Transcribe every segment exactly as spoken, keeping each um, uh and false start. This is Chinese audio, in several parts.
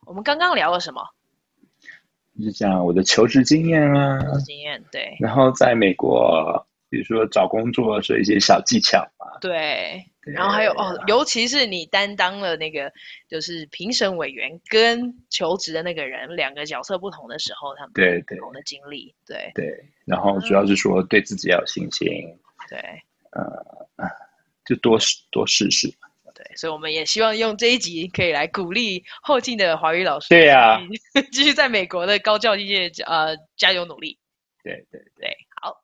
我们刚刚聊了什么？ 就是讲我的求职经验啊， 求职经验，对然后在美国，比如说找工作是一些小技巧嘛。 对。然后还有对哦，尤其是你担当了那个就是评审委员跟求职的那个人两个角色不同的时候，他们对对不同的经历，对， 对，然后主要嗯， 是说对自己要有信心， 对就多试多试试。 对，所以我们也希望用这一集可以来鼓励后进的华语老师对呀、 继续继续在美国的高教育界呃加油努力。 对对对。 对，好。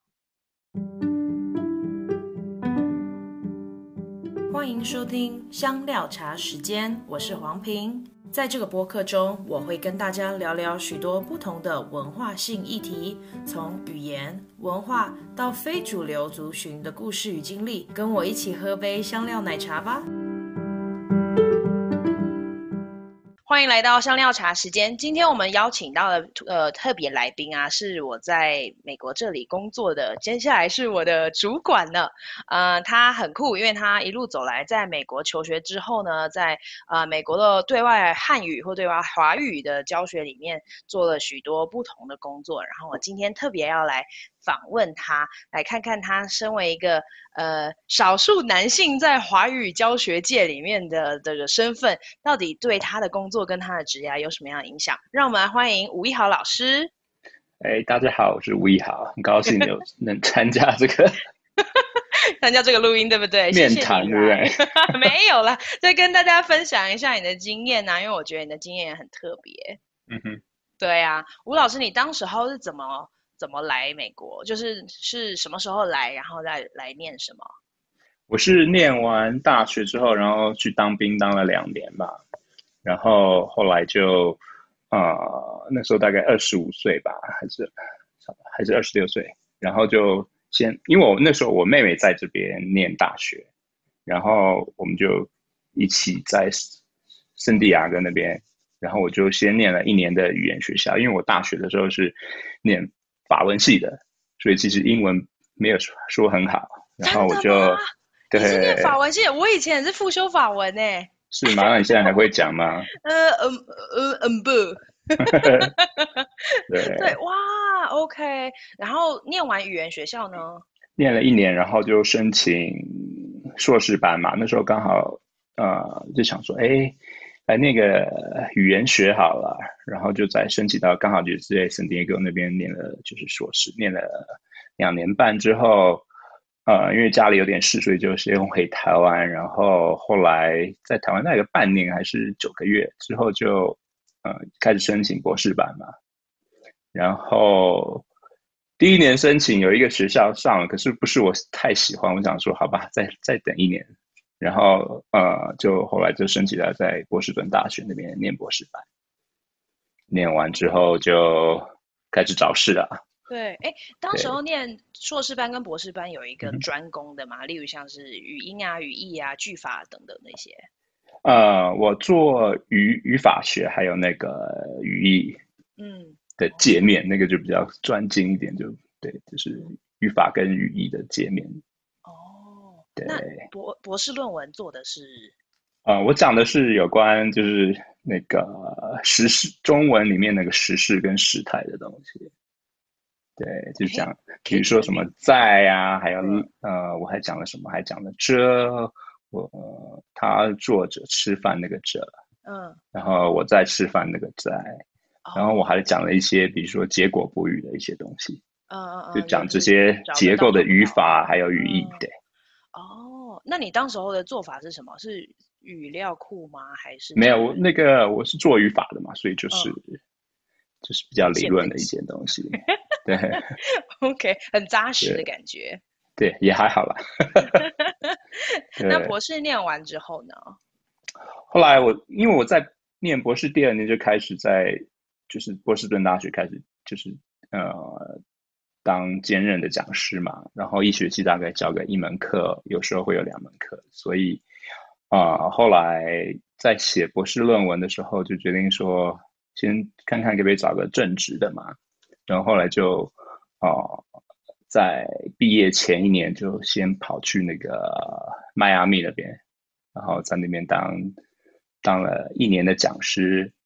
欢迎收听香料茶时间，我是黄平。在这个播客中，我会跟大家聊聊许多不同的文化性议题，从语言、文化到非主流族群的故事与经历。跟我一起喝杯香料奶茶吧。欢迎来到香料茶时间。今天我们邀请到的呃特别来宾啊，是我在美国这里工作的，接下来是我的主管呢。呃，他很酷，因为他一路走来，在美国求学之后呢，在呃美国的对外汉语或对外华语的教学里面做了许多不同的工作。然后我今天特别要来访问他，来看看他身为一个呃少数男性在华语教学界里面的这个身份，到底对他的工作跟他的职业有什么样的影响？让我们来欢迎吴一豪老师。 哎，大家好，我是吴一豪，很高兴有能参加这个参加这个录音，对不对？谢谢面谈， 你来。 对不对？ 没有啦，再跟大家分享一下你的经验啊，因为我觉得你的经验也很特别。 嗯哼。 对啊，吴老师，你当时候是怎么怎么来美国？就是是什么时候来，然后再来念什么？ 我是念完大学之后，然后去当兵，当了两年吧。然后后来就，呃，那时候大概二十五岁吧，还是还是二十六岁。然后就先，因为我那时候我妹妹在这边念大学，然后我们就一起在圣地亚哥那边，然后我就先念了一年的语言学校，因为我大学的时候是念法文系的，所以其实英文没有说很好。然后我真的吗？ 就你是念法对。 文系的，我以前也是复修法文呢。 是吗？那你现在还会讲吗？ 呃嗯嗯嗯不。对， 对， 哇，OK。然后念完语言学校呢？ 念了一年，然后就申请硕士班嘛。那时候刚好呃就想说，哎，来那个语言学好了，然后就在申请到刚好就是在圣地亚哥那边念了就是硕士，念了两年半之后，呃，因为家里有点事，所以就先回台湾，然后后来在台湾待个半年还是九个月之后就呃开始申请博士班嘛。然后第一年申请有一个学校上了，可是不是我太喜欢，我想说好吧，再再等一年。然后呃，就后来就申请了在波士顿大学那边念博士班，念完之后就开始找事了。 对，哎，当时候对。 念硕士班跟博士班有一个嗯哼。 专攻的嘛，例如像是语音啊、语义啊、句法等等那些。 呃，我做语语法学还有那个语义嗯， 的界面，那个就比较专精一点，就对，就是语法跟语义的界面。 哦，那对。 博博士论文做的是？ 呃，我讲的是有关就是那个时事中文里面那个时事跟时态的东西。对，就是哎， 讲， 可比如说什么以举个例？ 在啊，还有对， 呃，我还讲了什么？还讲了这，我、呃、他坐着吃饭那个这， 嗯， 然后我在吃饭那个在，然后我哦， 还讲了一些，比如说结果补语的一些东西， 嗯嗯嗯，就就讲这是些找得结构的到用不到。 语法还有语义。 嗯， 对。 哦，那你当时候的做法是什么？是语料库吗？还是没有， 真的？ 我那个我是做语法的嘛，所以就是嗯， 就是比较文理论的一献分析。 些东西。对。 OK，很扎实的对感觉。 对，也还好啦。 那对。 博士念完之后呢？ 后来我因为我在念博士第二年就开始在就是波士顿大学开始就是呃当兼任的讲师嘛，然后一学期大概教个一门课，有时候会有两门课，所以啊、呃后来在写博士论文的时候就决定说先看看可不可以找个正职的嘛，然后后来就哦、呃在毕业前一年就先跑去那个迈阿密那边，然后在那边当当了一年的讲师，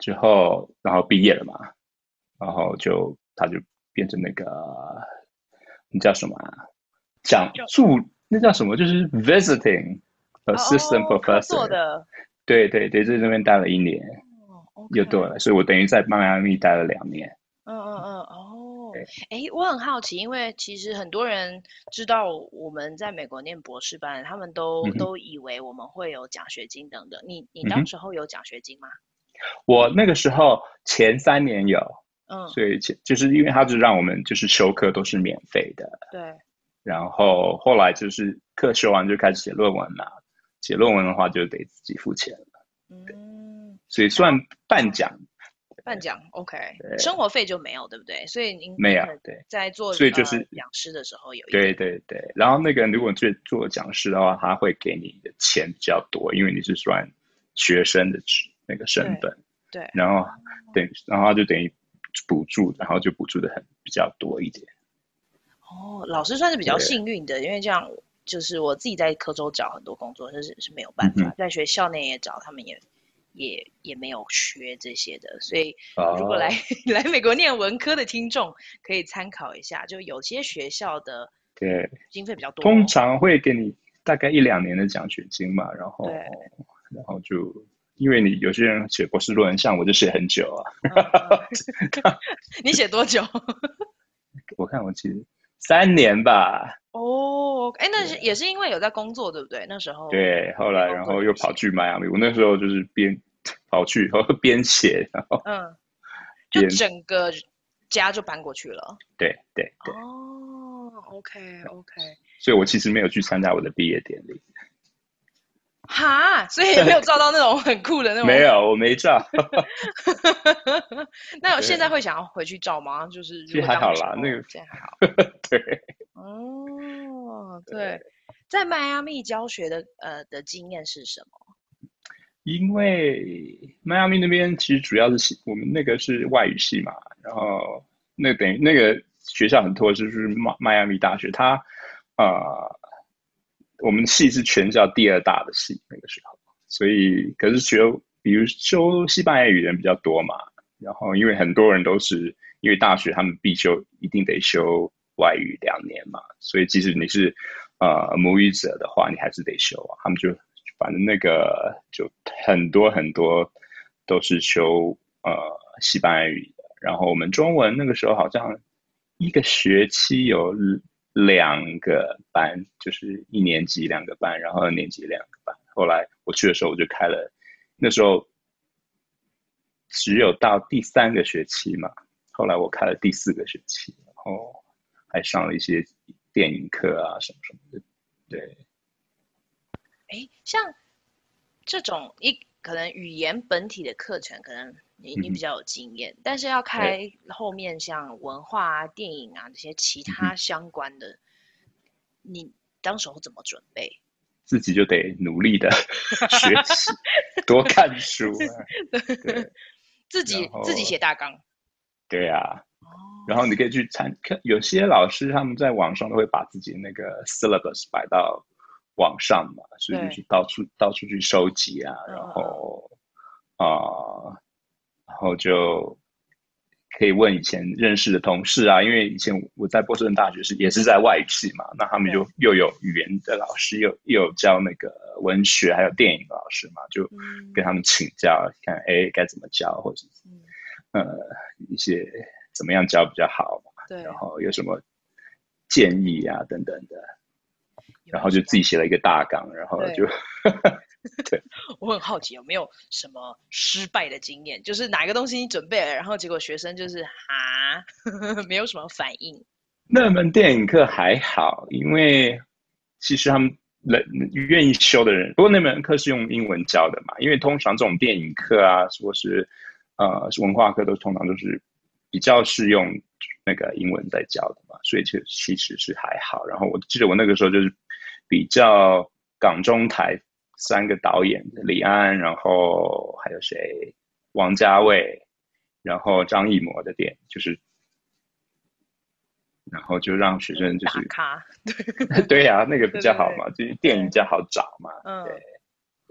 之后，然后毕业了嘛，然后就他就变成那个那叫什么啊？讲就助那叫什么？就是 visiting 哦 assistant 哦，客座 professor。 的。 对对对，在那边待了一年， 哦，OK。 又对了，所以我等于在迈阿密待了两年。 嗯嗯嗯，哦， 对， 诶，我很好奇，因为其实很多人知道我们在美国念博士班，他们都嗯哼， 都以为我们会有奖学金等等。你你当嗯哼， 时候有奖学金吗？ 我那个时候前三年有， 嗯， 所以前就是因为他就让我们就是修课都是免费的， 对， 然后后来就是课修完就开始写论文了，写论文的话就得自己付钱了， 嗯， 所以算然后嗯， 半奖。 半奖，OK，生对， 活费就没有，对不对？所以您没有， 您可能对， 在做呃所以就是讲师的时候有一对点。 对对，然后那个如果做做讲师的话，他会给你的钱比较多，因为你是算学生的那个身对份， 对， 然后等，然后他就等于补助，然后就补助的很比较多一点。 哦，老师算是比较对， 幸运的，因为这样就是我自己在科州找很多工作，就是是没有办法， 嗯哼， 在学校内也找，他们也也也没有缺这些的，所以如果来哦， 来美国念文科的听众可以参考一下，就有些学校的对， 经费比较多哦。 通常会给你大概一两年的奖学金嘛，然后对， 然后就因为你有些人写博士论文，像我就写很久啊， 嗯嗯，你写多久？ 我看我其实三年吧。 哦，哎，那是也对是因为有在工作，对不对？那时候对，后来没工然后又跑作就不行。 去迈阿密，我那时候就是边跑去，然后边写，然后嗯，就边整个家就搬过去了。 对对对， 哦，OK OK， 所以我其实没有去参加我的毕业典礼。 哈，所以也没有照到那种很酷的那种。 没有，我没照。 那现在对， 会想要回去照吗？就是其实如果还好啦，那当时候个现在还好。 对哦，对， 对， 在迈阿密教学的呃的经验是什么？ 因为迈阿密那边其实主要是系我们那个是外语系嘛，然后那等于那个学校很多就是迈迈阿密大学，它呃我们系是全校第二大的系那个时候，所以可是学比如修西班牙语人比较多嘛，然后因为很多人都是因为大学他们必修一定得修外语两年嘛，所以即使你是呃母语者的话，你还是得修啊。他们就反正那个就很多很多都是修呃西班牙语的，然后我们中文那个时候好像一个学期有两个班，就是一年级两个班，然后二年级两个班。后来我去的时候，我就开了，那时候只有到第三个学期嘛，后来我开了第四个学期，然后还上了一些电影课啊什么什么的。对， 诶，像这种一可能语言本体的课程，可能你嗯哼， 你比较有经验，但是要对， 开后面像文化啊、电影啊这些其嗯哼， 他相关的，你当时候怎么准备？ 自己就得努力的学习，多看书啊，对， 自然己自己后写大纲。 对啊，然后哦， 你可以去参看，有些老师他们在网上都会把自己那个 syllabus 摆到网上嘛，所以就是对， 到处到处去收集啊，然嗯嗯嗯， 后啊、呃然后就可以问以前认识的同事啊，因为以前我在波士顿大学是也是在外语系嘛，那他们就对， 又有语言的老师，又又有教那个文学还有电影的老师嘛，就跟嗯他们请教，看哎该怎么教，或者嗯， 呃一些怎么样教比较好嘛，然对后有对， 什么建议啊等等的，然后就有没有什么？ 自己写了一个大纲，然后就对， 对， 我很好奇有没有什么失败的经验，就是哪个东西你准备了，然后结果学生就是哈，没有什么反应。 那门电影课还好，因为其实他们人愿意修的人，不过那门课是用英文教的嘛，因为通常这种电影课啊，或是呃文化课都通常都是比较是用那个英文在教的嘛，所以其实其实是还好。然后我记得我那个时候就是比较港中台三个导演，李安，然后还有谁，王家卫，然后张艺谋的电影，就是然后就让学都是生就是大咖。 对呀、啊那个比对对对较好嘛，就是电影比对， 较好找嘛。对嗯，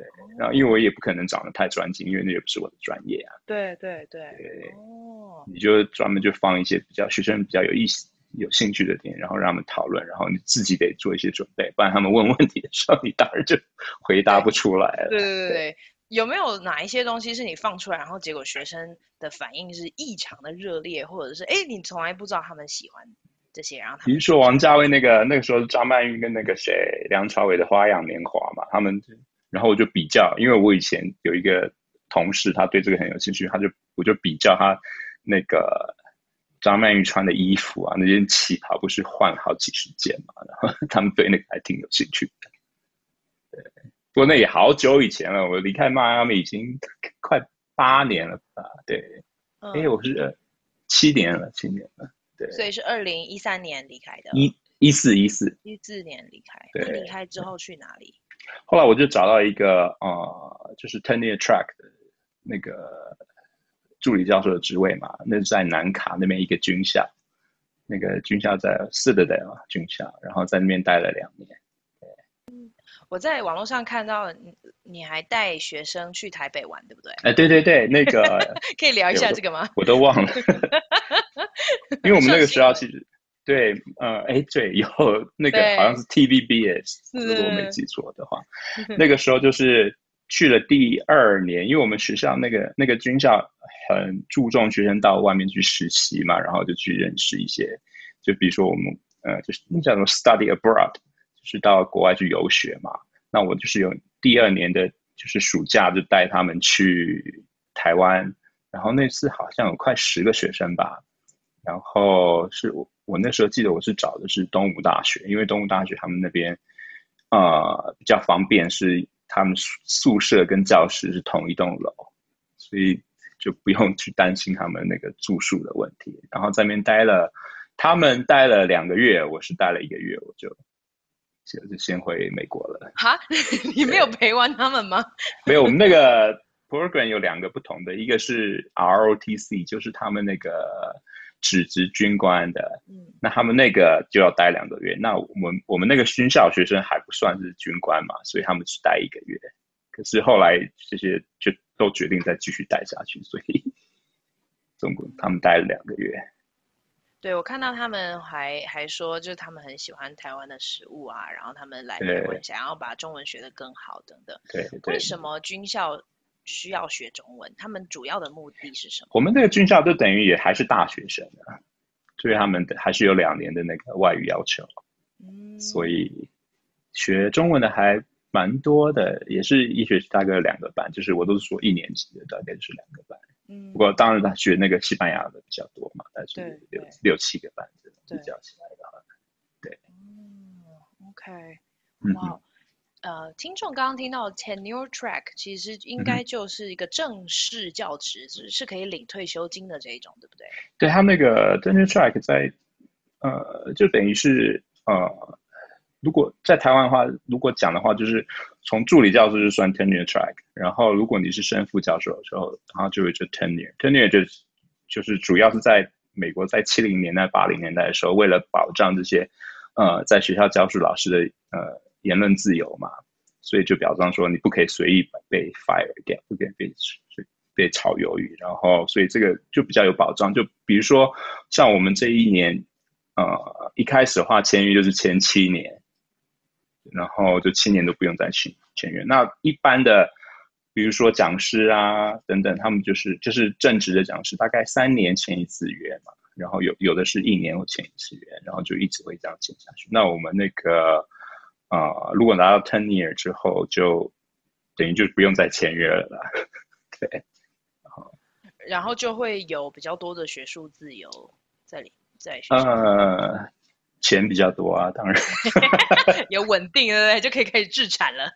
对，然后因为我也不可能长得太专精，因为那也不是我的专业啊。 对对对， 对， 哦， 你就专门就放一些比较学生比较有意思、有兴趣的点，然后让他们讨论，然后你自己得做一些准备，不然他们问问题的时候，你当然就回答不出来了。 对对对对，有没有哪一些东西是你放出来，然后结果学生的反应是异常的热烈，或者是哎你从来不知道他们喜欢这些，然后他们比如说王家卫那个那个时候张曼玉跟那个谁梁朝伟的《花样年华》嘛，他们然后我就比较，因为我以前有一个同事，他对这个很有兴趣，他就我就比较他那个张曼玉穿的衣服啊，那件旗袍不是换好几十件嘛，然后他们对那个还挺有兴趣的。对，不过那也好久以前了，我离开迈阿密已经快八年了吧？对，哎，我是呃七年了，七年了。对， 所以是二零一三年离开的， 一一四一四一四年离开。那离开之后去哪里？ 后来我就找到一个呃，就是 tenure track 的那个助理教授的职位嘛，那是在南卡那边一个军校，那个军校在斯德的军校，然后在那边待了两年。 我在网络上看到你，你还带学生去台北玩，对不对？ 哎，对对对，那个可以聊一下这个吗？ 我都忘了，因为我们那个学校其实对，呃，哎，对，有那个好像是 T V B S， 如果我没记错的话，那个时候就是去了第二年，因为我们学校那个那个军校很注重学生到外面去实习嘛，然后就去认识一些，就比如说我们呃，就是那叫做 study abroad， 就是到国外去游学嘛。那我就是有第二年的，就是暑假就带他们去台湾，然后那次好像有快十个学生吧，然后是我我那时候记得我是找的是东吴大学，因为东吴大学他们那边呃比较方便，是他们宿舍跟教室是同一栋楼，所以就不用去担心他们那个住宿的问题。然后在那边待了，他们待了两个月，我是待了一个月，我就。就先回美国了。 哈，你没有陪完他们吗？ 没有，我们那个 program 有两个不同的，一个是 R O T C， 就是他们那个指职军官的，嗯，那他们那个就要待两个月。那我们我们那个军校学生还不算是军官嘛，所以他们只待一个月。可是后来这些就都决定再继续待下去，所以总共他们待了两个月。 对，我看到他们还还说，就是他们很喜欢台湾的食物啊，然后他们来台湾想要把中文学得更好等等。 对对。 为什么军校需要学中文？他们主要的目的是什么？ 我们那个军校就等于也还是大学生啊，所以他们还是有两年的那个外语要求。嗯，所以学中文的还蛮多的，也是一学期大概两个班，就是我都是说一年级的大概就是两个班。不过当然他学那个西班牙的比较多嘛，但是六六七个班子比较起来的话，对。 嗯 ，OK， 哇，呃，听众刚刚听到 tenure track， 其实应该就是一个正式教职，是、嗯、是可以领退休金的这一种，对不对？ 对，他那个 tenure track 在呃，就等于是呃。如果在台湾的话，如果讲的话，就是从助理教授就算 tenure track， 然后如果你是升副教授的时候，然后就会就 tenure，tenure 就就是主要是在美国在七零年代、八零年代的时候，为了保障这些呃在学校教书老师的呃言论自由嘛，所以就表彰说你不可以随意被 fire 掉，不可以被被炒鱿鱼，然后所以这个就比较有保障。就比如说像我们这一年，呃一开始的话签约就是签七年。然后就七年都不用再签签约。那一般的，比如说讲师啊等等，他们就是就是正职的讲师，大概三年签一次约嘛。然后有有的是一年会签一次约，然后就一直会这样签下去。那我们那个呃，如果拿到 tenure 之后，就等于就不用再签约了啦。对，然后然后就会有比较多的学术自由在里在学校。 呃。钱比较多啊，当然有稳定，对不对？就可以开始自产了。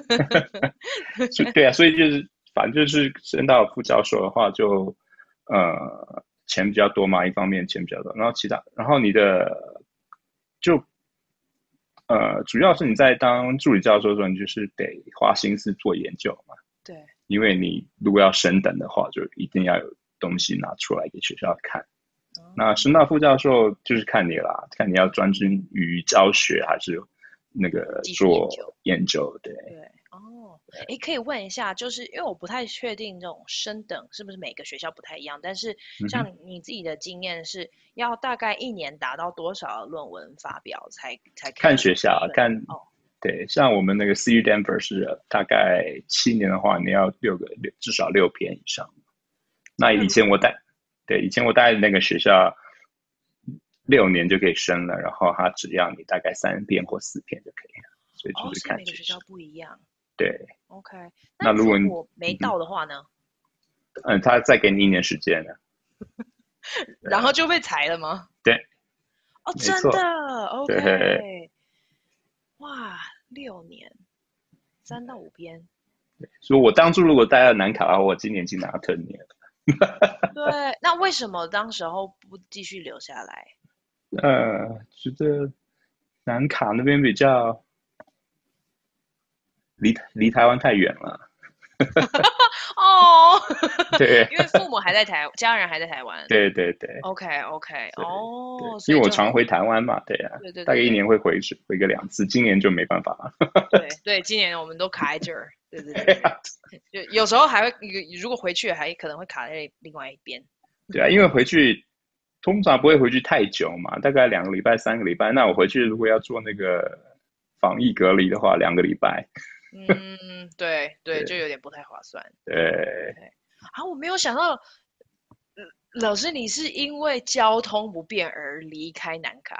对啊，所以就是反正就是升到副教授的话就，就呃钱比较多嘛，一方面钱比较多，然后其他，然后你的就呃主要是你在当助理教授的时候，你就是得花心思做研究嘛。 对， 因为你如果要升等的话，就一定要有东西拿出来给学校看。那升到副教授就是看你啦，看你要专精于教学还是那个做研究，对。 对哦，诶，可以问一下，就是因为我不太确定这种升等是不是每个学校不太一样，但是嗯哼， 像你自己的经验是要大概一年达到多少论文发表才才可以看学有一份？ 校看。 哦， 对，像我们那个 C U Denver 是大概七年的话，你要六个六至少六篇以上。那以前我带，对，以前我带的那个学校六年就可以升了，然后他只要你大概三篇或四篇就可以了，所以就哦， 是所以每个学校看学校。 不一样。 对， OK，那如那如果你果没嗯哼到的话呢？ 嗯，他再给你一年时间呢？ 然后就被裁了吗？ 对， 哦，真的没错，对， ？OK，哇，六年，三到五篇。 所以我当初如果带到南卡的话，我今年已经拿到 turn 年了。 对，那为什么当时候不继续留下来？ 呃，觉得南卡那边比较离离台湾太远了。 哦， 对， 因为父母还在台，家人还在台湾。 对对对 OK OK， 对对， 哦，所以就因为我常回台湾嘛，对啊， 对对大概一对对年会回回个两次，今年就没办法了。 对对，今年我们都卡在这儿。对对对对， 对啊， 就有时候还会，如果回去还可能会卡在另外一边。 对啊，因为回去通常不会回去太久嘛，大概两个礼拜、三个礼拜。那我回去如果要做那个防疫隔离的话，两个礼拜。 嗯，对对，就对有点不太划算。 对， 对，啊，我没有想到，呃老师你是因为交通不便而离开南卡。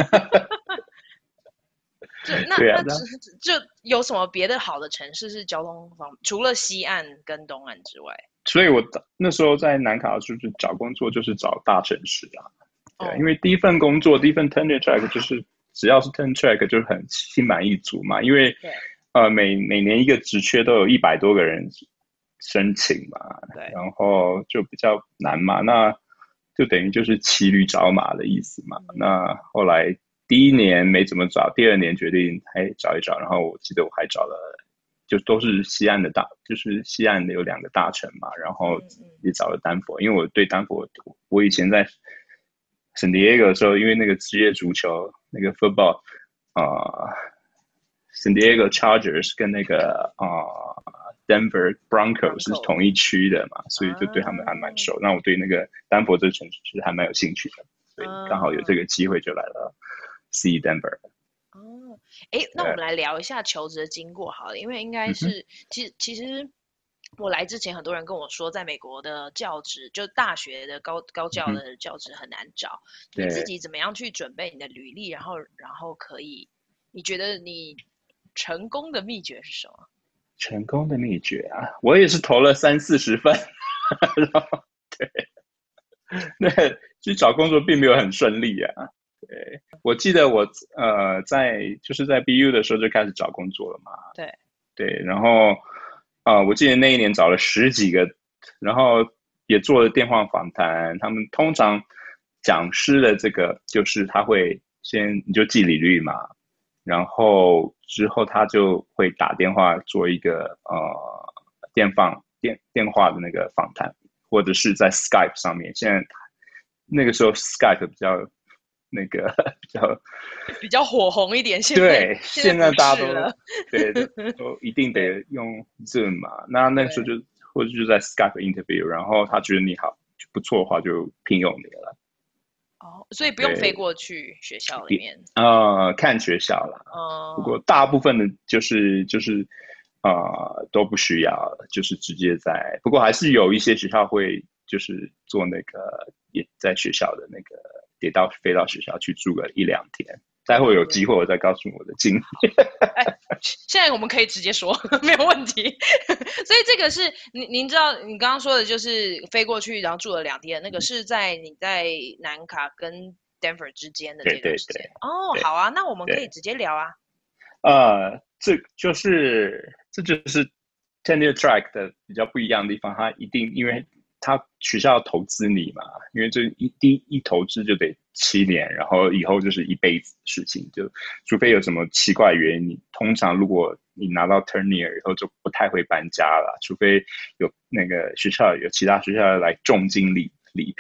就那对啊， 那只那就有什么别的好的城市是交通方，除了西岸跟东岸之外？ 所以我那时候在南卡就是找工作，就是找大城市啊。对啊，因哦， 为第一份工作，第一份 tenure track 就是只要是 tenure track 就是很心满意足嘛，因为对呃每每年一个职缺都有一百多个人申请嘛， 对， 然后就比较难嘛，那就等于就是骑驴找马的意思嘛。 嗯那后来第一年没怎么找，第二年决定还找一找，然后我记得我还找了。就都是西岸的大，就是西岸的有两个大城嘛，然后嗯嗯， 也找了丹佛，因为我对丹佛，我以前在圣地亚哥的时候，因为那个职业足球那个 football，啊、呃、，San Diego Chargers 跟那个啊、呃、Denver Broncos 是 Bronco 同一区的嘛，所以就对他们还蛮啊， 熟。那我对那个丹佛这个城市其实还蛮有兴趣的，所以刚好有这嗯个机会就来了 see Denver。 哦，诶，那我们呃， 来聊一下求职的经过好了，因为应该嗯哼， 是，其实其实我来之前，很多人跟我说，在美国的教职，就大学的高高教嗯哼， 的教职很难找。你自对。 己怎么样去准备你的履历，然后然后可以，你觉得你成功的秘诀是什么？ 成功的秘诀啊，我也是投了三四十份，然后对，那去找工作并没有很顺利啊。对，我记得我呃在就是在 B U 的时候就开始找工作了嘛。 对， 对，然后啊、呃我记得那一年找了十几个，然后也做了电话访谈。他们通常讲师的这个就是他会先你就记履历嘛，然后之后他就会打电话做一个呃电访电电话的那个访谈，或者是在 Skype 上面。现在那个时候 Skype 比较那个比较比较火红一点，现在对， 现在不现在大家都是了。 对都都一定对得用 Zoom 嘛。那那个时候对， 就或者就在 Skype interview，然后他觉得你好不错的话，就聘用你了。 哦，所以不用飞对， 过去学校里也面。 呃看学校啦，不过嗯， 大部分的就是就是呃都不需要，就是直接在。不过还是有一些学校会就是做那个也在学校的那个得到飞到学校去住个一两天。待会有机会对， 我再告诉我的经验。 哎，现在我们可以直接说，没有问题。所以这个是您您知道，你刚刚说的就是飞过去，然后住了两天，那个是在你在南卡跟 Denver 之间的对这段时间。 对对哦， 对好啊，那我们可以对， 直接聊啊。 呃，这就是这就是 tenure track 的比较不一样的地方。它一定因为它学校投资你嘛，因为这一第一投资就得七年，然后以后就是一辈子的事情。就除非有什么奇怪原因，你通常如果你拿到 tenure 以后就不太会搬家了，除非有那个学校有其他学校来重金礼礼聘你。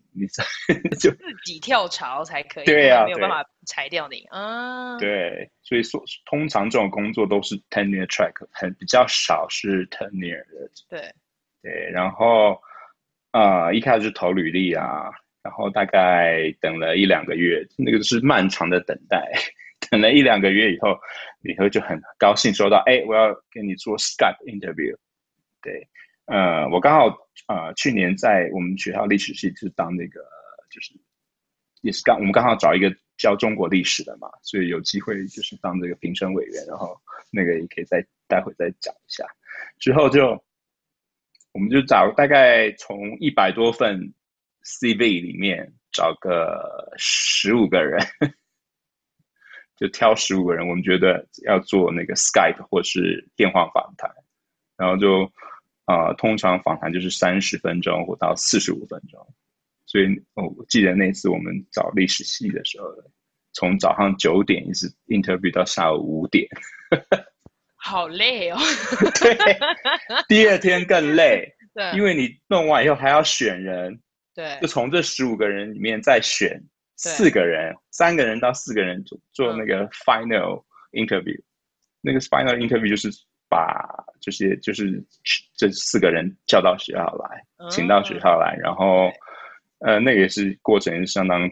你就自己跳槽才可以， 对啊， 没有办法裁掉你啊。 对，所以说通常这种工作都是 tenure track， 很比较少是 tenure 的。 对对，然后呃一开始就投履历啊，然后大概等了一两个月，那个是漫长的等待。等了一两个月以后，以后就很高兴收到，哎，我要跟你做 Skype interview。对，呃，我刚好呃去年在我们学校历史系是当那个就是也是刚我们刚好找一个教中国历史的嘛，所以有机会就是当这个评审委员，然后那个也可以再待会再讲一下。之后就我们就找大概从一百多份 C V 里面找个十五个人。就挑十五个人，我们觉得要做那个 Skype 或是电话访谈，然后就呃，通常访谈就是三十分钟或到四十五分钟，所以、哦、我记得那次我们找历史系的时候，从早上九点一直 interview 到下午五点， 好累哦。 对，第二天更累， 对， 因为你弄完以后还要选人， 对， 就从这十五个人里面再选四个人，三个人到四个人做做那个 final interview，、嗯、那个 final interview 就是把这些就是这四个人叫到学校来，嗯、请到学校来，然后呃那个也是过程是相当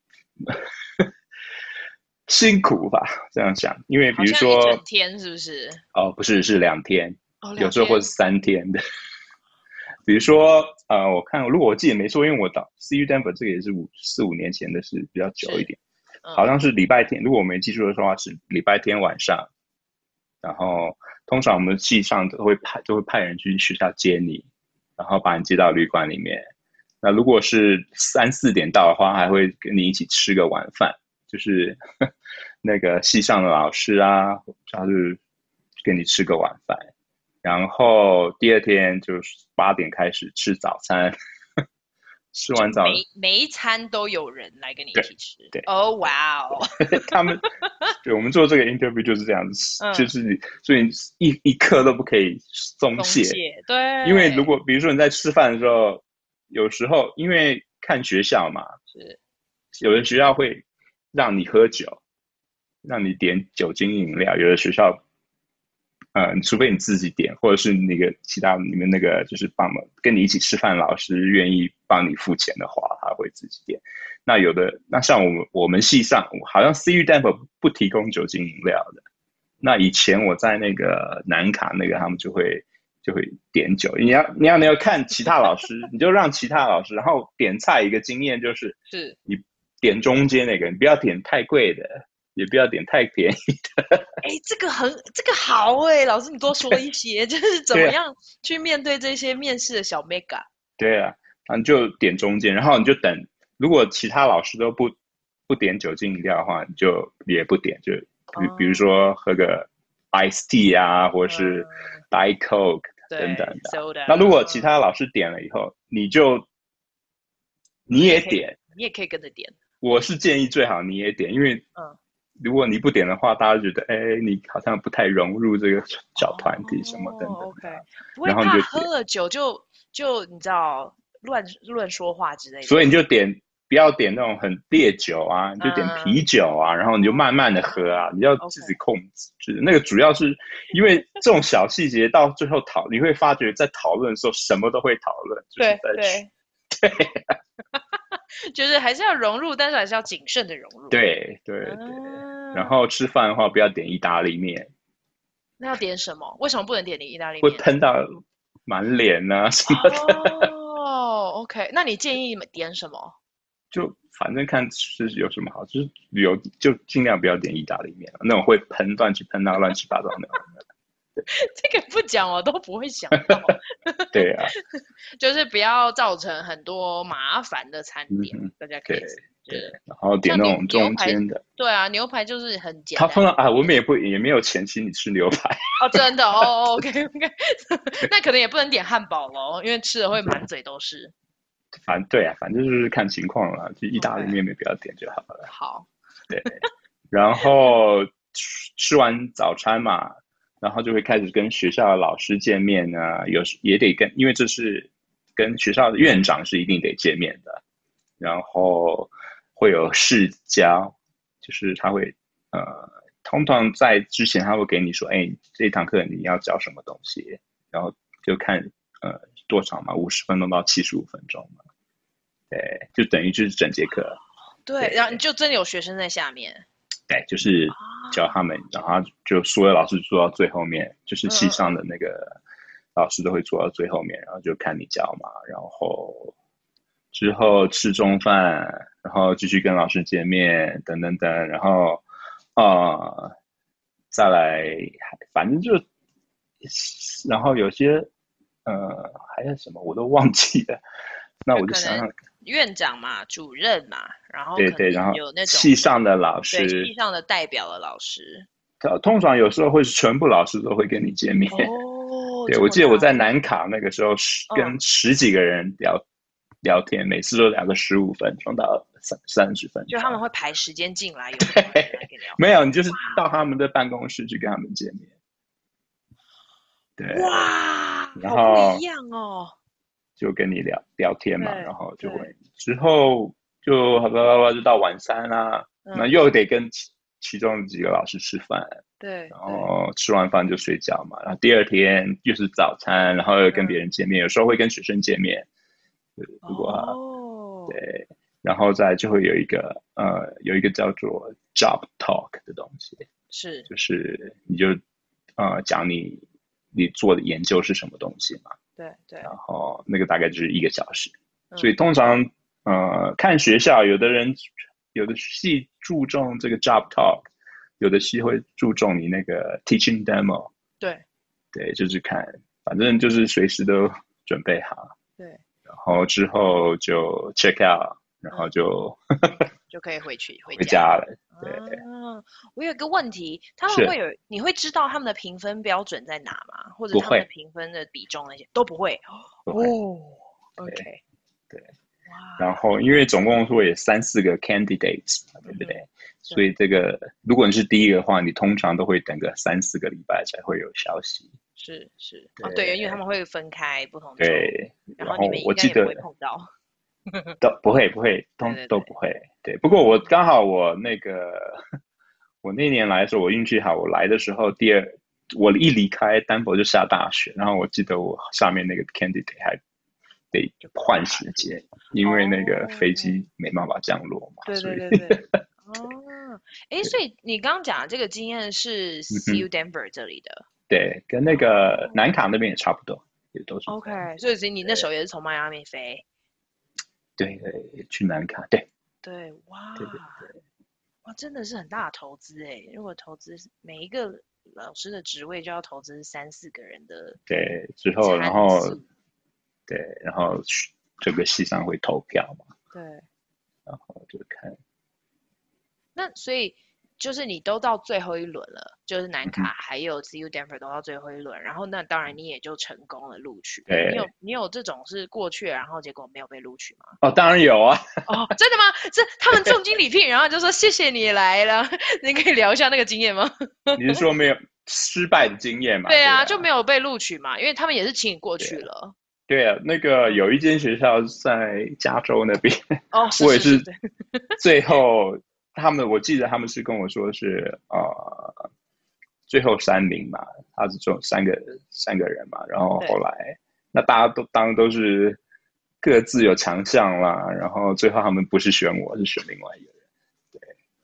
辛苦吧，这样想，因为比如说一整天是不是？ 哦，不是，是两天， 哦、 有时候或是三天的。比如说，呃，我看如果我记得没错，因为我到 C U Denver 这个也是五四五年前的事，比较久一点，嗯、好像是礼拜天，如果我没记错的话是礼拜天晚上，然后通常我们系上都会派都会派人去学校接你，然后把你接到旅馆里面。那如果是三四点到的话，还会跟你一起吃个晚饭，就是那个系上的老师啊，他是跟你吃个晚饭。然后第二天就是八点开始吃早餐，吃完早每每一餐都有人来跟你一起吃。 对， 哦哇哦， 他们对我们做这个 interview 就是这样子，嗯、就是你所以一一刻都不可以松懈， 松懈对， 因为如果比如说你在吃饭的时候，有时候因为看学校嘛， 是有的学校会让你喝酒，让你点酒精饮料，有的学校。呃，除非你自己点，或者是那个其他你们那个就是帮忙跟你一起吃饭老师愿意帮你付钱的话，他会自己点。那有的，那像我们我们系上好像 C U Denver 不提供酒精饮料的。那以前我在那个南卡那个，他们就会就会点酒。你要你要你要看其他老师，你就让其他老师，然后点菜一个经验就是是你点中间那个，你不要点太贵的。也不要点太便宜的。 哎，这个很，这个好哎，老师你多说一些，就是怎么样去面对这些面试的小 mega。 对啊，然后你就点中间，然后你就等，如果其他老师都不不点酒精饮料的话，你就也不点，就比、哦、比如说喝个 iced tea 啊，或者是 Diet Coke 等等的。那如果其他老师点了以后，你就你也点， 你也可以跟着点。 我是建议最好你也点，因为嗯。如果你不点的话，大家觉得哎，你好像不太融入这个小团体什么等等的。 哦 OK， 不会怕喝了酒就就你知道乱乱说话之类的。 所以你就点，不要点那种很烈酒啊，你就点啤酒啊，嗯、然后你就慢慢的喝啊，你要自己控制。就是那个主要是因为这种小细节到最后讨，你会发觉在讨论的时候什么都会讨论。 对对对。对就是还是要融入，但是还是要谨慎的融入。 对对对，啊、然后吃饭的话不要点意大利面。 那要点什么？为什么不能点你意大利面？ 会喷到满脸啊什么的。 哦 ，OK， 那你建议点什么？ 就反正看是有什么好，就是有就尽量不要点意大利面，那种会喷乱七喷到乱七八糟那种。 这个不讲我都不会想到。 对啊， 就是不要造成很多麻烦的餐点，嗯、大家可以对，然后点那种中间的。 对啊，牛排就是很简单。 他碰到啊，我们也不也没有钱请你吃牛排。 哦，真的哦 ，OK OK， 那可能也不能点汉堡咯，因为吃了会满嘴都是。 反正对啊，反正就是看情况啦，就意大利面没必要点就好了。 好， 对，然后吃完早餐嘛。然后就会开始跟学校的老师见面啊，有也得跟，因为这是跟学校的院长是一定得见面的。 然后会有试教，就是他会呃，通常在之前他会给你说，哎，这一堂课你要教什么东西，然后就看呃多长嘛，五十分钟到七十五分钟嘛，对，就等于就是整节课。 对，然后你就真的有学生在下面。 对，就是教他们，然后就所有老师坐到最后面，就是系上的那个老师都会坐到最后面，然后就看你教嘛，然后之后吃中饭，然后继续跟老师见面，等等等，然后呃再来，反正就，然后有些呃还有什么我都忘记了，那我就想想。 院长嘛，主任嘛，然后可对对，然后能有那种系上的老师， 对系上的代表的老师， 通常有时候会是全部老师都会跟你见面。 哦， 对，我记得我在南卡那个时候，跟十几个人聊、嗯、聊天，每次都聊个十五分钟到三三十分钟。 就他们会排时间进来，有不同的人来跟你聊。 没有，你就是到他们的办公室去跟他们见面。对， 哇， 然后好不一样哦。 就跟你聊聊天嘛，然后就会之后就好吧，就到晚餐啦，那、嗯、又得跟其其中几个老师吃饭， 对， 然后吃完饭就睡觉嘛，然后第二天又是早餐，然后又跟别人见面，嗯、有时候会跟学生见面，如果、哦、对，然后再就会有一个呃有一个叫做 job talk 的东西， 是， 就是你就呃讲你你做的研究是什么东西嘛。 对对， 然后那个大概就是一个小时，嗯、所以通常呃看学校，有的人有的系注重这个 job talk， 有的系会注重你那个 teaching demo。 对对，就是看，反正就是随时都准备好。 对， 然后之后就 check out， 然后就、嗯、 就可以回去回家了。对， 啊，我有个问题，他们会有，你会知道他们的评分标准在哪吗？或者他们的评分的比重那些都不会。 不会。 哦 ，OK， 对，然后因为总共会有三四个 candidates， 对不对？嗯、所以这个如果你是第一个的话，你通常都会等个三四个礼拜才会有消息。 是是，对、哦、对，因为他们会分开不同的。 对， 然后你们应该也不会碰到。 都不会不会，都对对对都不会。对，不过我刚好我那个我那年来的时候，我运气好，我来的时候第二，我一离开丹佛就下大雪，然后我记得我下面那个 candidate 还得换时间，因为那个飞机没办法降落嘛。 对对对对。哦，哎，所以你刚刚讲的这个经验是 C U Denver 这里的。 对，跟那个南卡那边也差不多，也都是。 OK， 所以你那时候也是从迈阿密飞。 对对，去南卡，对对，哇， 对对对， 哇，真的是很大的投资哎！如果投资每一个老师的职位就要投资三四个人的， 对，之后然后对，然后这个系上会投票嘛， 对， 然后就看。 那所以就是你都到最后一轮了，就是南卡、嗯、还有 C U Denver 都到最后一轮，然后那当然你也就成功了录取。 对， 你有你有这种是过去然后结果没有被录取吗？ 哦，当然有啊。 哦，真的吗？这他们重金礼聘，然后就说谢谢你来了，你可以聊一下那个经验吗？ 你是说没有失败的经验吗？ 对啊，对啊，就没有被录取嘛，因为他们也是请你过去了。 对啊，那个有一间学校在加州那边， 哦，是我也是是是最后。他们我记得他们是跟我说是呃最后三名嘛，他是这种三个三个人嘛，然后后来那大家都当然都是各自有强项啦，然后最后他们不是选我，是选另外一个人。对，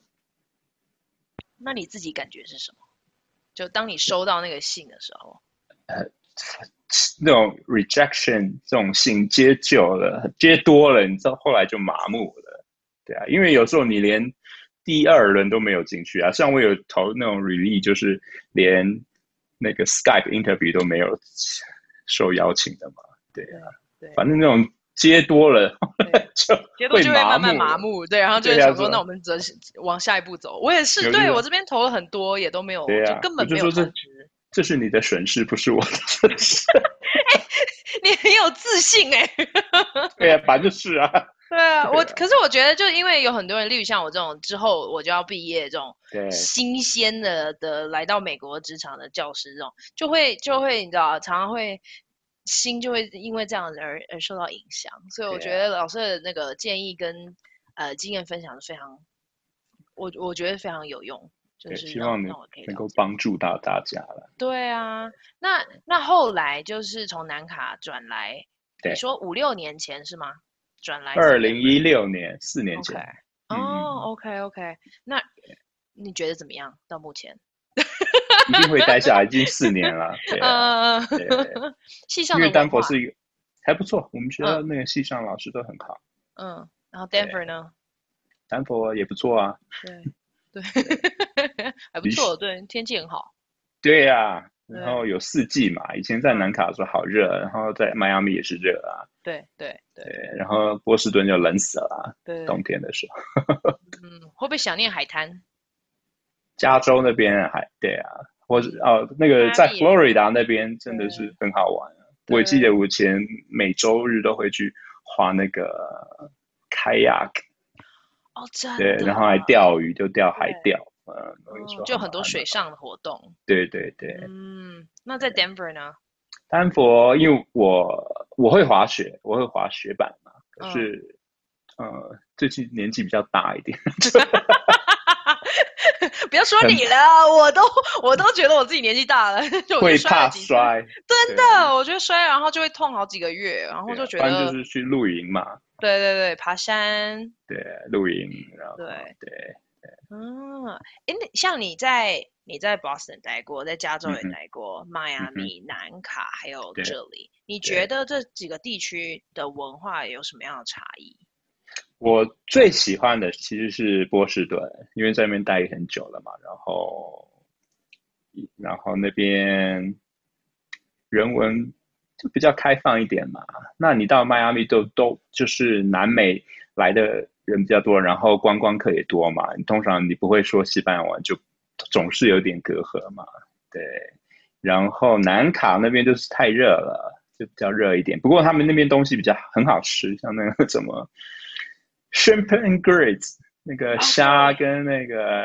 那你自己感觉是什么？就当你收到那个信的时候， 呃，那种 rejection 这种信接久了，接多了，你知道后来就麻木了。对啊，因为有时候你连第二轮都没有进去啊，像我有投那种 release， 就是连那个 Skype interview 都没有受邀请的嘛。对啊，对对，反正那种接多了就接多就会慢慢麻木，对，然后就会想说，那我们则往下一步走。我也是，对我这边投了很多，也都没有， 对啊、 就根本没有通知。 这是你的损失，不是我的损失。 欸、你很有自信哎、欸。 对啊，反正就是啊。 对啊，我可是我觉得，就因为有很多人，例如像我这种之后我就要毕业这种新鲜的的来到美国职场的教师这种，就会就会你知道，常常会心就会因为这样子而而受到影响。所以我觉对啊， 得老师的那个建议跟呃经验分享是非常，我我觉得非常有用，就对， 是希望能让让我可以能够了解。 帮助到大家了。 对啊，那那后来就是从南卡转来，你对， 说五六年前是吗？转来这边。 二零一六年四年 OK， 前， 哦嗯， ，OK OK，那你觉得怎么样？到目前？ 一定会待下来，已经四年了。对啊， 呃， 对， 系上因为的文化， 丹佛是一个还不错，我们学校嗯那个系上老师都很好。 嗯，然后对， Denver 呢？ 丹佛也不错啊。 对对， 对， 还不错， 离对，天气很好， 对呀、啊，然后对， 有四季嘛。以前在嗯， 南卡的时候好热，然后在迈阿密也是热啊。 对对对对，然后波士顿就冷死了啊，冬对， 天的时候。 嗯，会不会想念海滩？ 加州那边还对啊，或者嗯， 哦那个在迈阿密也有， 佛罗里达那边真的是对很好玩啊。我记得对， 我以前每周日都会去滑那个 kayak， 哦，真对， 的， 然后还钓鱼，就钓海对， 钓，呃，那个时嗯， 候还蛮就很多还蛮好。 水上的活动， 对对对， 嗯，那在 Denver 呢？ 丹佛，因为我我会滑雪，我会滑雪板嘛，可嗯。 是呃最近年纪比较大一点， 不要说很你了，我都我都觉得我自己年纪大了，就我就摔了会怕几次， 摔。 真对， 的，我觉得摔然后就会痛好几个月，然后对啊，不然就就觉得， 是去露营嘛。 对对对，爬山， 对，露营，然后对， 对， 嗯，诶，那像你在你在 Boston 待过，在加州也嗯哼， 待过，迈嗯哼， 阿密、南卡还有对这里，你觉对。 得这几个地区的文化有什么样的差异？ 我最喜欢的其实是波士顿，因为在那边待很久了嘛，然后然后那边人文就比较开放一点嘛。那你到迈阿密都都就是南美来的人比较多，然后观光客也多嘛，你通常你不会说西班牙文，就总是有点隔阂嘛。对，然后南卡那边就是太热了，就比较热一点。不过他们那边东西比较很好吃，像那个什么 shrimp and grits，那个哦， 虾对跟那个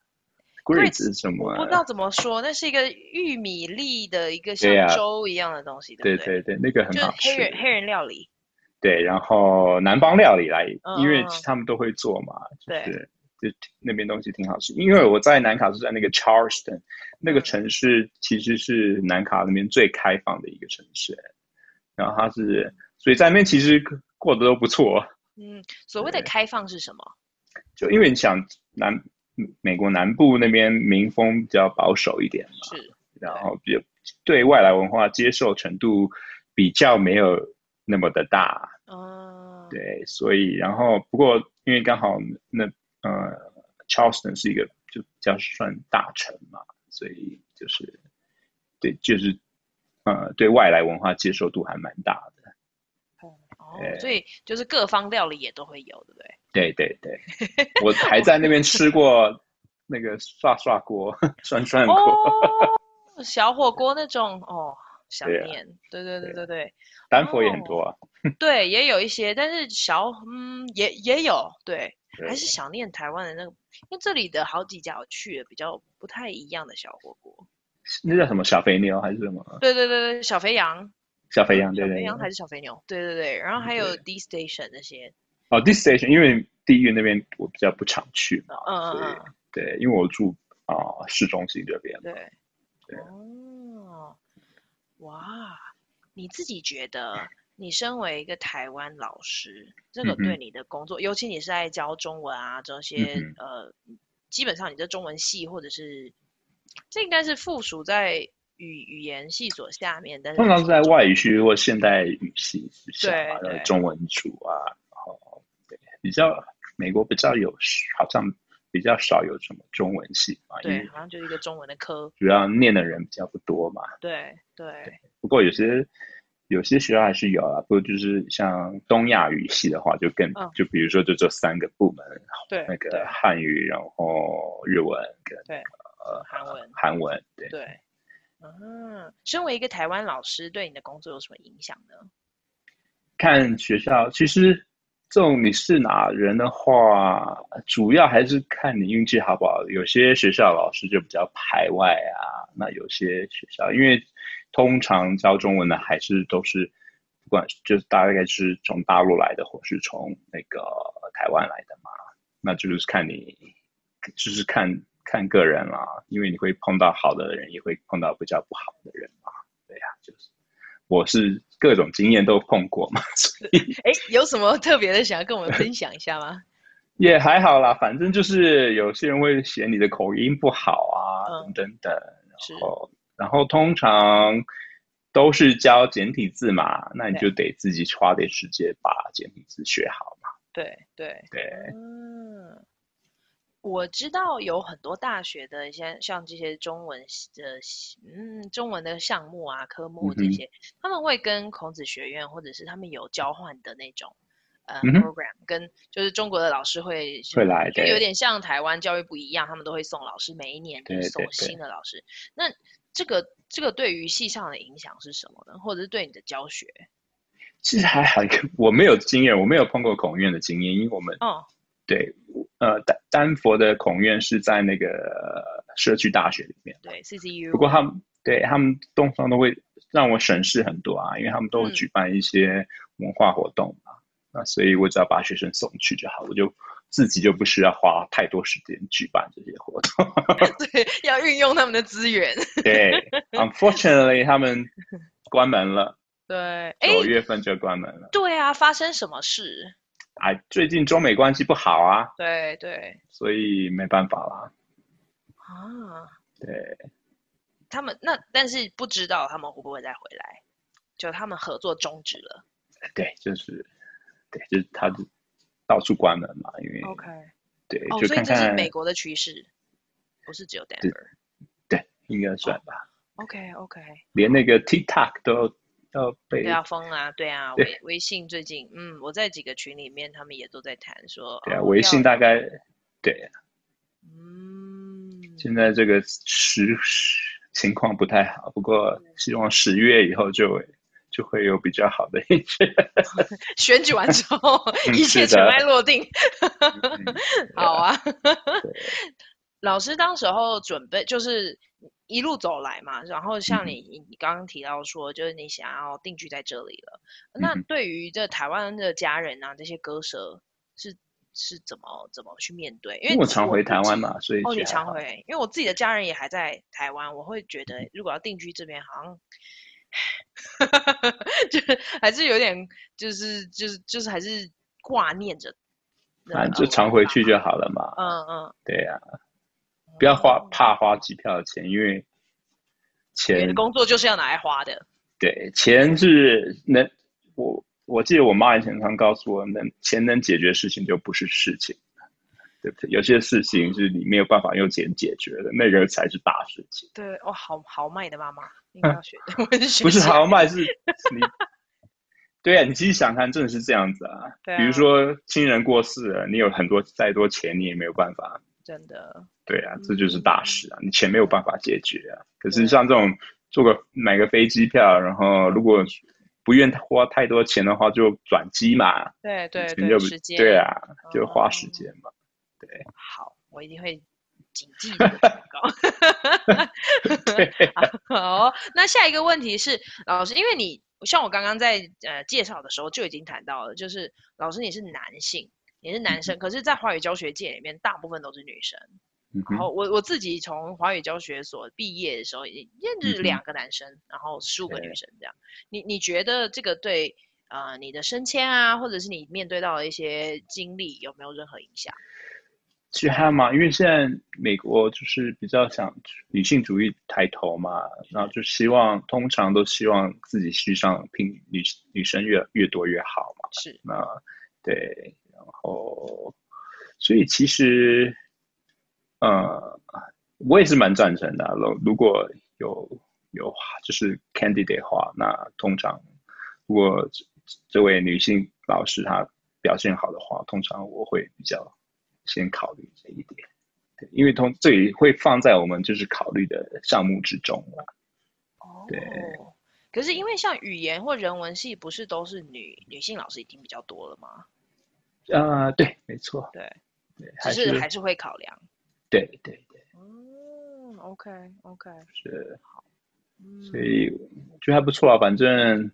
grits ，grits， 是什么？ 我不知道怎么说，那是一个玉米粒的一个像对呀、啊， 粥一样的东西，对不对？ 对对对，那个很就是好吃。 黑人黑人料理。 对，然后南方料理来， 嗯因为嗯嗯， 他们都会做嘛，就对， 是就那边东西挺好吃。因为我在南卡是在那个 Charleston 那个嗯城市，其实是南卡那边最开放的一个城市。然后它是，所以在那边其实过得都不错。 嗯，所谓的对， 开放是什么？ 就因为你想南美国南部那边民风比较保守一点嘛， 是， 然对， 后比对外来文化接受程度比较没有那么的大。 嗯， 对，所以然后不过因为刚好那呃 Charleston 是一个就比较算大城嘛，所以就是对就是呃对外来文化接受度还蛮大的。 哦，所呃， 以就是各方料理也都会有，对不对？ 对对对，我还在那边吃过那个涮涮锅、涮涮锅。 哦，小火锅那种，哦，想对呀、 念，对对对呀、 对对对， 丹佛也很多哦， 啊。 对，也有一些，但是小，嗯，也也有，对，还是对， 想念台湾的那个，因为这里的好几家我去了，比较不太一样的小火锅。 那叫什么小肥牛还是什么对对对对，小肥羊，嗯， 小肥羊？对小肥羊还对对是小肥牛？对对对，然后还有对。 D Station 那些， 哦，this station，因为地狱那边我比较不常去嘛， 嗯嗯所以嗯， 对，因为我住啊、呃市中心这边嘛。 对， 对， 哦，哇，你自己觉得，你身为一个台湾老师，这个对嗯哼， 你的工作，尤其你是在教中文啊这些， 嗯哼， 呃，基本上你这中文系或者是，这应该是附属在语语言系所下面，但是通常是在你是中， 外语系或现代语系之下嘛，然后对对中文组啊，然后对比较美国比较有，好像比较少有什么中文系嘛，因对， 为好像就是一个中文的科， 主要念的人比较不多嘛。 对对， 不过有些有些学校还是有啊，不过就是像东亚语系的话，就更嗯， 就比如说就这三个部门，那个对对汉语，然后日文跟对， 呃韩文， 韩文，对。 对。嗯，身为一个台湾老师，对你的工作有什么影响呢？ 看学校，其实这种你是哪人的话，主要还是看你运气好不好。有些学校老师就比较排外啊，那有些学校因为通常教中文的还是都是，不管就是大概是从大陆来的，或是从那个台湾来的嘛，那就是看你，就是看看个人啦，因为你会碰到好的人，也会碰到比较不好的人嘛，对呀、啊，就是我是各种经验都碰过嘛，所以哎，有什么特别的想要跟我们分享一下吗？ 也还好啦，反正就是有些人会嫌你的口音不好啊， 嗯， 等等等，然是， 后然后通常都是教简体字嘛，那你对就得自己花点时间把简体字学好嘛。 对对， 对， 嗯。我知道有很多大学的像像这些中文的嗯中文的项目啊科嗯哼， 目这些，他们会跟孔子学院或者是他们有交换的那种呃嗯哼， program，跟就是中国的老师会会来， 就有对， 点像台湾教育部一样，他们都会送老师，每一年就是送对对对。 新的老师。那这个这个对于系上的影响是什么呢？或者是对你的教学？ 其实还好，我没有经验，我没有碰过孔院的经验，因为我们哦， 对呃丹丹佛的孔院是在那个社区大学里面嘛， 对，C C U 嘛， 不过他们对他们动不动都会让我审视很多啊，因为他们都会嗯， 举办一些文化活动嘛，那所以我只要把学生送去就好，我就自己就不需要花太多时间举办这些活动。 对，要运用他们的资源。 对，unfortunately 他们关门了， 对，哎， 九月份就关门了。 对啊，发生什么事？ 哎，最近中美关系不好啊， 对对所以没办法啦。 啊， 对他们那但是不知道他们会不会再回来，就他们合作终止了。 对，就是对，就是他就到处关门嘛，因为 OK， 对， 哦， 就所以这是看看美国的趋势，不是只有对 Denver。 对，应该算哦吧。 ，OK OK， 连那个 TikTok 都要被对啊，封啊，对啊，微对微信最近，嗯，我在几个群里面，他们也都在谈说， 对啊， 哦， 微信大概要要封， 对嗯， 现在这个时情况不太好，不过希望十月以后就就会有比较好的一些。 选举完之后， 嗯， 一切尘埃是的， 落定。 嗯，对啊， 好啊， 对， 老师当时候准备就是一路走来嘛，然后像嗯你你刚刚提到说，就是你想要定居在这里了。那嗯， 对于这台湾的家人啊，这些割舍是是怎么怎么去面对？因为因为我常我回自己台湾嘛，所以哦，你其实还好。 常回，因为我自己的家人也还在台湾，我会觉得如果要定居这边，好像就是还是有点就是就是就是还是挂念着那反正就呃我的常回去就爸妈。 好了嘛。 嗯嗯， 对呀、啊，不要花哦， 怕花机票的钱，因为因为你的钱工作就是要拿来花的。 对钱是能我我记得我妈以前常告诉我，能钱能解决事情就不是事情，对不对？有些事情是你没有办法用钱解决的，那个才是大事情。 对，哦，豪豪迈的妈妈应该要学，我是学不是起来。 豪迈，是你对啊，你其实想看，真的是这样子啊。比如对啊， 说亲人过世了，你有很多再多钱，你也没有办法。 真的， 对啊，这就是大嗯， 事啊，你钱没有对办法解决啊。可是对， 像这种做个买个飞机票，然后如果不愿花太多钱的话，就转机嘛， 对对对， 钱就不时间， 对啊，就花时哦， 间嘛。对好，我一定会谨记这个忠告。 对啊， 好，那下一个问题是，老师，因为你像我刚刚在呃介绍的时候就已经谈到了，就是老师你是男性，你是男生，可是，在华语教学界里面，大部分都是女生。 嗯哼， 然后我我自己从华语教学所毕业的时候，也认识嗯哼， 两个男生，然后十五个女对。 生这样。你你觉得这个对呃你的升迁啊，或者是你面对到的一些经历有没有任何影响？ 其实还嘛，因为现在美国就是比较想女性主义抬头嘛，然后是就希望通常都希望自己系上聘女女生越越多越好嘛。 是， 那对，然后所以其实呃，我也是蛮赞成的啊。如如果有有就是 candidate 的话，那通常如果这位女性老师她表现好的话，通常我会比较先考虑这一点。对，因为通这里会放在我们就是考虑的项目之中了。对， 哦。可是因为像语言或人文系，不是都是女女性老师已经比较多了吗？ 呃，对，没错， 对， 对， 只还是是还是会考量。 对对对， 嗯，OK OK， 是， 所以我觉得还不错啊，反正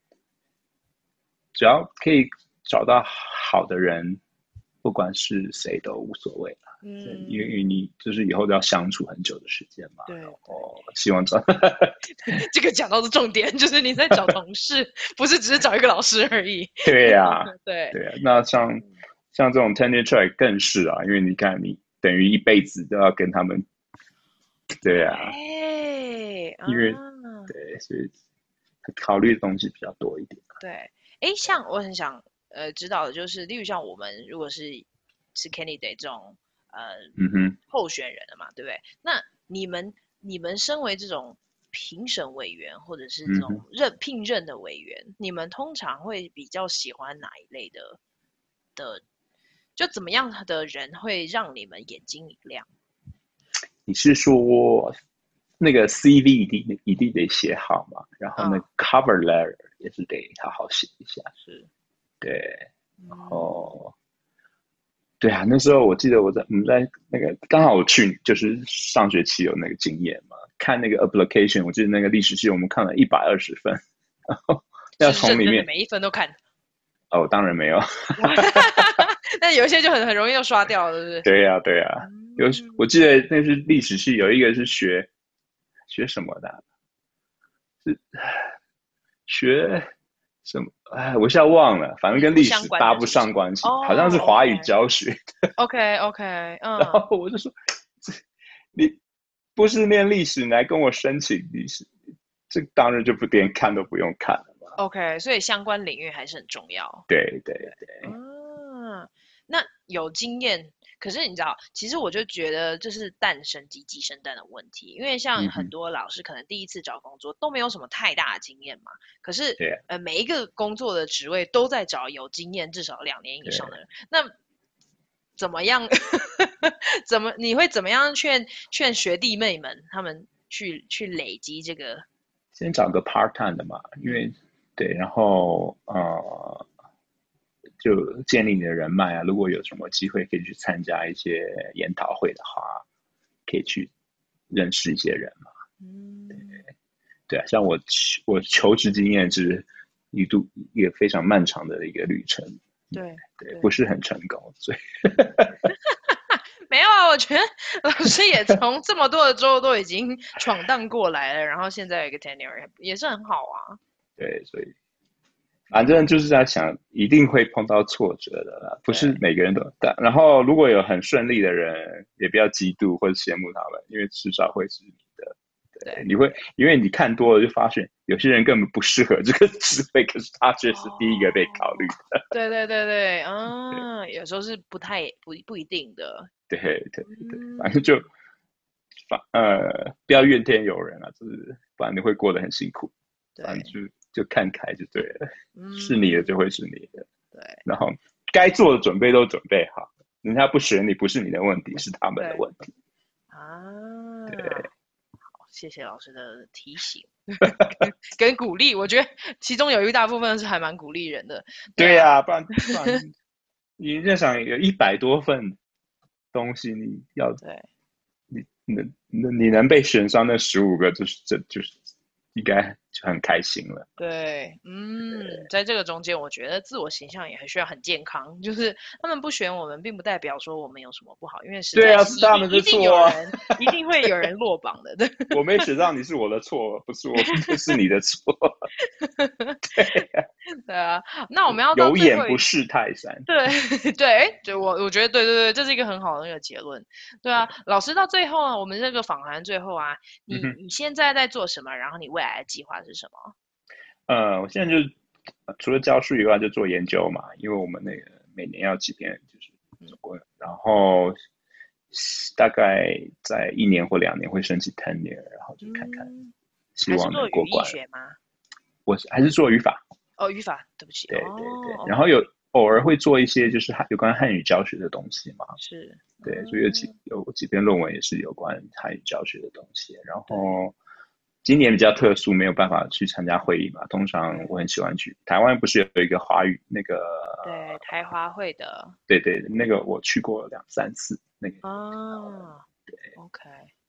只要可以找到好的人，不管是谁都无所谓了。 嗯， 因为你就是以后都要相处很久的时间嘛， 对， 然后希望找这个讲到的重点就是你在找同事，不是只是找一个老师而已。 对呀、啊， 对对啊，那像像这种 tenure track 更是啊，因为你看你等于一辈子都要跟他们，对啊， 哎， 因为啊， 对，所以考虑的东西比较多一点。 对，哎，像我很想呃知道的就是，例如像我们如果是是 candidate 这种呃嗯哼， 候选人的嘛，对不对？那你们你们身为这种评审委员或者是这嗯哼， 种任聘任的委员，你们通常会比较喜欢哪一类的的？就怎么样的人会让你们眼睛一亮？ 你是说那个 C V 一定一定得写好嘛，然后那嗯， 个 cover letter 也是得好好写一下， 是， 对，然嗯， 后对啊，那时候我记得我在我们在那个刚好我去就是上学期有那个经验嘛，看那个 application，我记得那个历史系我们看了一百二十分，然后要是从里面认真的每一分都看。 哦，当然没有， 但有一些就很很容易就刷掉了，是不是？ 对呀、啊、对呀、啊，有我记得那是历史系有一个是学学什么的啊，是学什么？哎，我现在忘了，反正跟历不相史搭不关的是不是？ 上关系，好像是哦华语教学。 ，OK OK OK， 然嗯后我就说，这你不是念历史，你来跟我申请历史，这当然就不连看都不用看了嘛。 ，OK，所以相关领域还是很重要。 对对对， 嗯，那有经验，可是你知道，其实我就觉得这是蛋生鸡，鸡生蛋的问题。因为像嗯哼， 很多老师可能第一次找工作都没有什么太大的经验嘛，可是对呃每一个工作的职位都在找有经验至少两年以上的对。 人。那怎么样？怎么你会怎么样劝劝学弟妹们他们去去累积这个？ 先找个 part time 的嘛，因嗯为对，然后呃，就建立你的人脉啊。如果有什么机会可以去参加一些研讨会的话，可以去认识一些人嘛。 嗯， 对啊，像我我求职经验是一度一个非常漫长的一个旅程， 对对， 对。 不是很成功，所以没有啊，我觉得老师也从这么多的州都已经闯荡过来了，然后现在有一个 tenure 也是很好啊。 对，所以反正就是在想，一定会碰到挫折的啦，不是对每个人都。但然后如果有很顺利的人，也不要嫉妒或者羡慕他们，因为迟早会是你的。对， 对， 你会因为你看多了，就发现有些人根本不适合这个职位，可是他却是第一个被考虑哦， 的。 对对对对， 对嗯，有时候是不太不不一定的。 对对对，反正嗯， 就反呃不要怨天尤人啊，就是不然你会过得很辛苦。反正对， 就就看开就对了，是你的嗯， 就会是你的。 对然后该做的准备都准备好，人家不选你不是你的问题，是他们的对问题。 啊， 对谢谢老师的提醒跟鼓励，我觉得其中有一大部分是还蛮鼓励人的。对啊， 对呀、啊不然不然你认想有一百多份东西，你要对。 你能你能被选上那十五个，就是这就是应该就很开心了。 对，嗯，在这个中间，我觉得自我形象也还需要很健康。就是他们不选我们，并不代表说我们有什么不好，因为实对啊， 在是是他们的一定一定有错啊！ 人，一定会有人落榜的。对， 我没选上你是我的错，不是我，不是你的错。对啊， 对啊。那我们要到有最后一， 眼不识泰山。 对对，就我我觉得对对对，这是一个很好的那个结论。对啊，老师到最后啊，我们这个访谈最后啊，你嗯哼， 你现在在做什么？然后你未来的计划是什么？ 呃，我现在就除了教书以外，就做研究嘛，因为我们那个每年要几篇就是嗯做过，然后大概在一年或两年会申请 tenure，然后就看看， 嗯， 希望还是做语义能过关。 学吗？ 我还是做语法， 哦，语法，对不起。 对对对， 哦，OK， 然后有偶尔会做一些就是汉有关汉语教学的东西嘛， 是， 对，所以有几嗯， 有几篇论文也是有关汉语教学的东西。然对后今年比较特殊，没有办法去参加会议嘛。通常对我很喜欢去台湾，不是有一个华语那个， 对，台华会的， 对对，那个我去过两三次，那个啊，OK，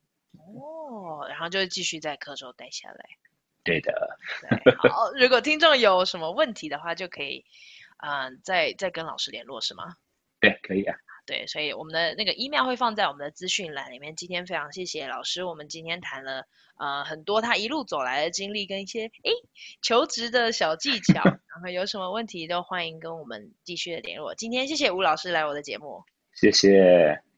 哦，然后就继续在科州待下来。 对的。 对，好，如果听众有什么问题的话，就可以，嗯、再再跟老师联络，是吗？ 对，可以啊。 对，所以我们的那个 email 会放在我们的资讯栏里面。今天非常谢谢老师，我们今天谈了呃很多他一路走来的经历跟一些诶求职的小技巧，然后有什么问题都欢迎跟我们继续的联络。今天谢谢吴老师来我的节目。 谢谢。